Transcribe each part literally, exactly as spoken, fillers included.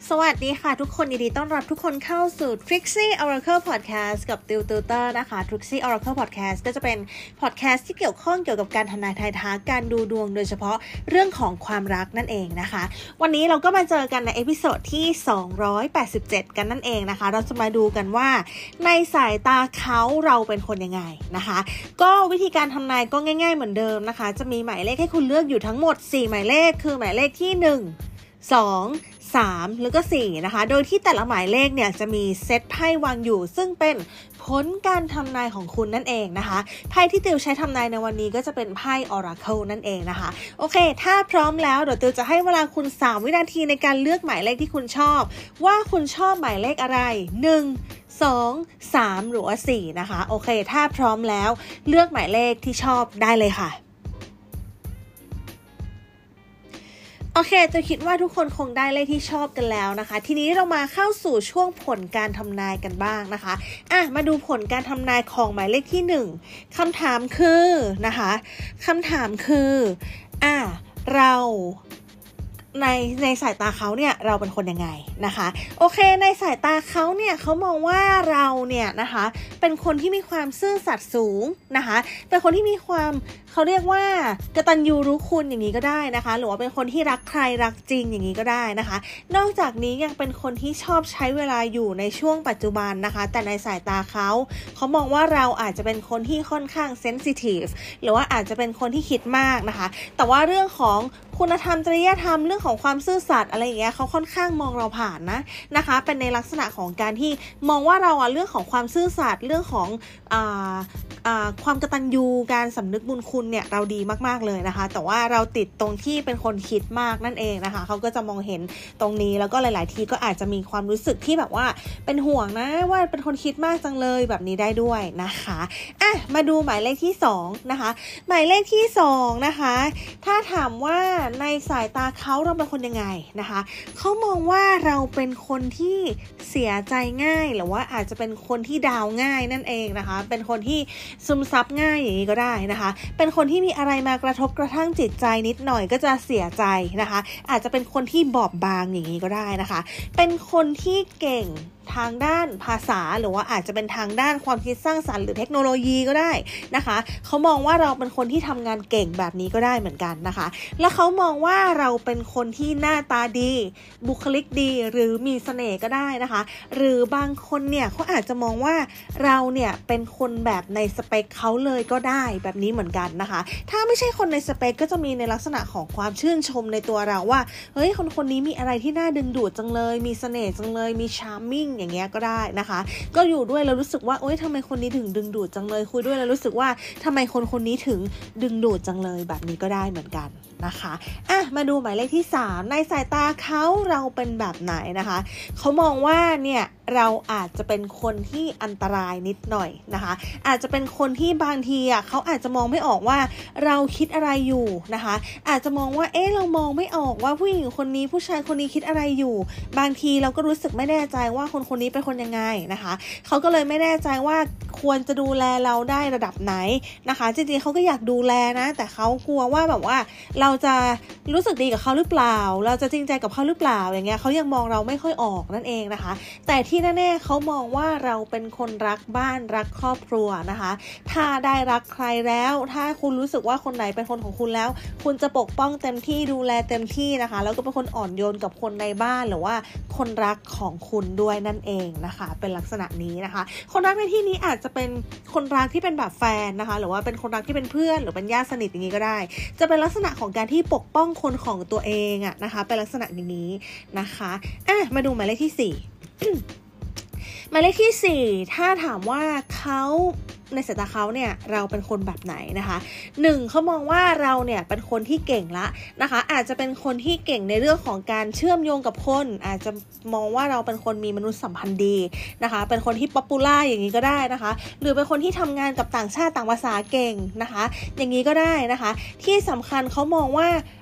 สวัสดีค่ะทุกคนยินดีต้อนรับทุกคนเข้าสู่ Trixie Oracle Podcast กับติวติวเตอร์นะคะ Trixie Oracle Podcast ก็จะเป็น podcast ที่เกี่ยวข้องเกี่ยวกับการทำนายทายทักการดูดวงโดยเฉพาะเรื่องของความรักนั่นเองนะคะวันนี้เราก็มาเจอกันในเอพิโซดที่สองร้อยแปดสิบเจ็ดกันนั่นเองนะคะเราจะมาดูกันว่าในสายตาเขาเราเป็นคนยังไงนะคะก็วิธีการทำนายก็ง่ายๆเหมือนเดิมนะคะจะมีหมายเลขให้คุณเลือกอยู่ทั้งหมดสี่หมายเลขคือหมายเลขที่หนึ่ง สองสามแล้วก็สี่นะคะโดยที่แต่ละหมายเลขเนี่ยจะมีเซตไพ่วางอยู่ซึ่งเป็นผลการทำนายของคุณนั่นเองนะคะไพ่ที่ติวใช้ทำนายในวันนี้ก็จะเป็นไพ่ Oracle นั่นเองนะคะโอเคถ้าพร้อมแล้วเดี๋ยวติวจะให้เวลาคุณสามวินาทีในการเลือกหมายเลขที่คุณชอบว่าคุณชอบหมายเลขอะไรหนึ่ง สอง สามหรือว่าสี่นะคะโอเคถ้าพร้อมแล้วเลือกหมายเลขที่ชอบได้เลยค่ะโอเคจะคิดว่าทุกคนคงได้เลขที่ชอบกันแล้วนะคะทีนี้เรามาเข้าสู่ช่วงผลการทำนายกันบ้างนะคะอ่ะมาดูผลการทำนายของหมายเลขที่หนึ่งคำถามคือนะคะคำถามคืออ่ะเราในในสายตาเขาเนี่ยเราเป็นคนยังไงนะคะโอเคในสายตาเขาเนี่ยเขามองว่าเราเนี่ยนะคะเป็นคนที่มีความซื่อสัตย์สูงนะคะเป็นคนที่มีความเขาเรียกว่ากตัญญูรู้คุณอย่างนี้ก็ได้นะคะหรือว่าเป็นคนที่รักใครรักจริงอย่างนี้ก็ได้นะคะนอกจากนี้ยังเป็นคนที่ชอบใช้เวลาอยู่ในช่วงปัจจุบันนะคะแต่ในสายตาเขาเขามองว่าเราอาจจะเป็นคนที่ค่อนข้างเซนซิทีฟหรือว่าอาจจะเป็นคนที่คิดมากนะคะแต่ว่าเรื่องของคุณธรรมจริยธรรมเรื่องของความซื่อสัตย์อะไรอย่างเงี้ยเขาค่อนข้างมองเราผ่านนะนะคะเป็นในลักษณะของการที่มองว่าเราอะเรื่องของความซื่อสัตย์เรื่องของอ่าอ่าความกตัญญูการสำนึกบุญคุณเนี่ยเราดีมากๆเลยนะคะแต่ว่าเราติดตรงที่เป็นคนคิดมากนั่นเองนะคะเขาก็จะมองเห็นตรงนี้แล้วก็หลายๆทีก็อาจจะมีความรู้สึกที่แบบว่าเป็นห่วงนะว่าเป็นคนคิดมากจังเลยแบบนี้ได้ด้วยนะคะอ่ะมาดูหมายเลขที่สองนะคะหมายเลขที่สองนะคะถ้าถามว่าในสายตาเขาเราเป็นคนยังไงนะคะเขามองว่าเราเป็นคนที่เสียใจง่ายหรือว่าอาจจะเป็นคนที่ดาวง่ายนั่นเองนะคะเป็นคนที่ซึมซับง่ายอย่างนี้ก็ได้นะคะเป็นคนที่มีอะไรมากระทบกระทั่งจิตใจนิดหน่อยก็จะเสียใจนะคะอาจจะเป็นคนที่บอบบางอย่างนี้ก็ได้นะคะเป็นคนที่เก่งทางด้านภาษาหรือว่าอาจจะเป็นทางด้านความคิดสร้างสรรค์หรือเทคโนโลยีก็ได้นะคะเขามองว่าเราเป็นคนที่ทำงานเก่งแบบนี้ก็ได้เหมือนกันนะคะแล้วเขามองว่าเราเป็นคนที่หน้าตาดีบุคลิกดีหรือมีเสน่ห์ก็ได้นะคะหรือบางคนเนี่ยเขาอาจจะมองว่าเราเนี่ยเป็นคนแบบในสเปคเขาเลยก็ได้แบบนี้เหมือนกันนะคะถ้าไม่ใช่คนในสเปคก็จะมีในลักษณะของความชื่นชมในตัวเราว่าเฮ้ยคนคนนี้มีอะไรที่น่าดึงดูดจังเลยมีเสน่ห์จังเลยมีชาร์มมิ่งอย่างเงี้ยก็ได้นะคะก็อยู่ด้วยแล้วรู้สึกว่าโอ๊ยทำไมคนนี้ถึงดึงดูดจังเลยคุยด้วยแล้วรู้สึกว่าทำไมคนคนนี้ถึงดึงดูดจังเลยแบบนี้ก็ได้เหมือนกันนะคะอ่ะมาดูหมายเลขที่สามในสายตาเขาเราเป็นแบบไหนนะคะเขามองว่าเนี่ยเราอาจจะเป็นคนที่อันตรายนิดหน่อยนะคะอาจจะเป็นคนที่บางทีอ่ะเขาอาจจะมองไม่ออกว่าเราคิดอะไรอยู่นะคะอาจจะมองว่าเอ๊ะเรามองไม่ออกว่าผู้หญิงคนนี้ผู้ชายคนนี้คิดอะไรอยู่บางทีเราก็รู้สึกไม่แน่ใจว่าคนคนนี้เป็นคนยังไงนะคะเขาก็เลยไม่แน่ใจว่าควรจะดูแลเราได้ระดับไหนนะคะจริงๆเขาก็อยากดูแลนะแต่เขากลัวว่าแบบว่าเราจะรู้สึกดีกับเขาหรือเปล่าเราจะจริงใจกับเขาหรือเปล่าอย่างเงี้ยเขายังมองเราไม่ค่อยออกนั่นเองนะคะแต่ที่แน่ๆเขามองว่าเราเป็นคนรักบ้านรักครอบครัวนะคะถ้าได้รักใครแล้วถ้าคุณรู้สึกว่าคนไหนเป็นคนของคุณแล้วคุณจะปกป้องเต็มที่ดูแลเต็มที่นะคะแล้วก็เป็นคนอ่อนโยนกับคนในบ้านหรือว่าคนรักของคุณด้วยนั่นเองนะคะเป็นลักษณะนี้นะคะคนรักในที่นี้อาจจะเป็นคนรักที่เป็นแบบแฟนนะคะหรือว่าเป็นคนรักที่เป็นเพื่อนหรือเป็นญาติสนิทอย่างนี้ก็ได้จะเป็นลักษณะของการที่ปกป้องคนของตัวเองอะนะคะเป็นลักษณะอย่างนี้นะคะอ่ะมาดูหมายเลขที่สี่ หมายเลขที่สี่ถ้าถามว่าเขาในสายตาเขาเนี่ยเราเป็นคนแบบไหนนะคะหนึ่งเขามองว่าเราเนี่ยเป็นคนที่เก่งละนะคะอาจจะเป็นคนที่เก่งในเรื่องของการเชื่อมโยงกับคนอาจจะมองว่าเราเป็นคนมีมนุษยสัมพันธ์ดีนะคะเป็นคนที่ป๊อปปูล่าอย่างนี้ก็ได้นะคะหรือเป็นคนที่ทำงานกับต่างชาติต่างภาษาเก่งนะคะอย่างนี้ก็ได้นะคะที่สำคัญเขามองว่า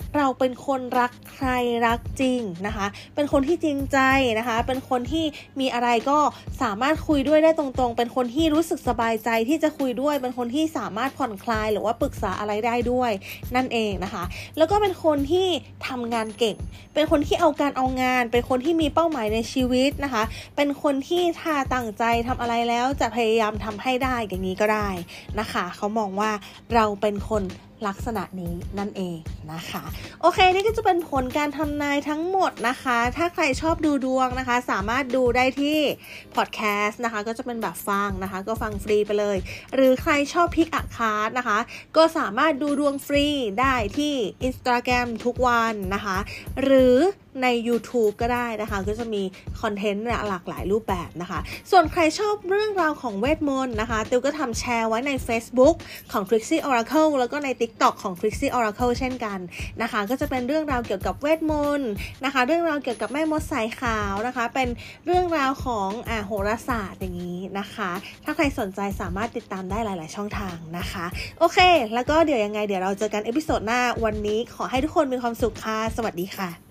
เราเป็นคนรักใครรักจริงนะคะเป็นคนที่จริงใจนะคะเป็นคนที่มีอะไรก็สามารถคุยด้วยได้ตรงๆเป็นคนที่รู้สึกสบายใจที่จะคุยด้วยเป็นคนที่สามารถผ่อนคลายหรือว่าปรึกษาอะไรได้ด้วยนั่นเองนะคะแล้วก็เป็นคนที่ทำงานเก่งเป็นคนที่เอาการเอางานเป็นคนที่มีเป้าหมายในชีวิตนะคะเป็นคนที่ถ้าตั้งใจทำอะไรแล้วจะพยายามทำให้ได้อย่างนี้ก็ได้นะคะเขามองว่าเราเป็นคนลักษณะนี้นั่นเองนะคะโอเคนี่ก็จะเป็นผลการทำนายทั้งหมดนะคะถ้าใครชอบดูดวงนะคะสามารถดูได้ที่พอดแคสต์นะคะก็จะเป็นแบบฟังนะคะก็ฟังฟรีไปเลยหรือใครชอบพิกอะคาร์ดนะคะก็สามารถดูดวงฟรีได้ที่ Instagram ทุกวันนะคะหรือใน YouTube ก็ได้นะคะก็จะมีคอนเทนต์หลากหลายรูปแบบนะคะส่วนใครชอบเรื่องราวของเวทมนต์นะคะติวก็ทำแชร์ไว้ใน Facebook ของ Trixie Oracle แล้วก็ใน TikTok ของ Trixie Oracle เช่นกันนะคะก็จะเป็นเรื่องราวเกี่ยวกับเวทมนต์นะคะเรื่องราวเกี่ยวกับแม่มดสายขาวนะคะเป็นเรื่องราวของอ่าโหราศาสตร์อย่างนี้นะคะถ้าใครสนใจสามารถติดตามได้หลายๆช่องทางนะคะโอเคแล้วก็เดี๋ยวยังไงเดี๋ยวเราเจอกันเอพิโซดหน้าวันนี้ขอให้ทุกคนมีความสุขค่ะสวัสดีค่ะ